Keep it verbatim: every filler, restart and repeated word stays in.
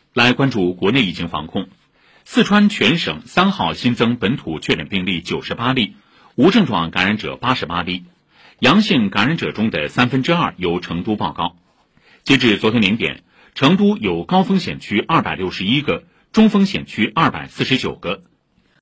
来关注国内疫情防控。四川全省三号新增本土确诊病例九十八例，无症状感染者八十八例，阳性感染者中的三分之二由成都报告。截至昨天零点，成都有高风险区二百六十一个，中风险区二百四十九个，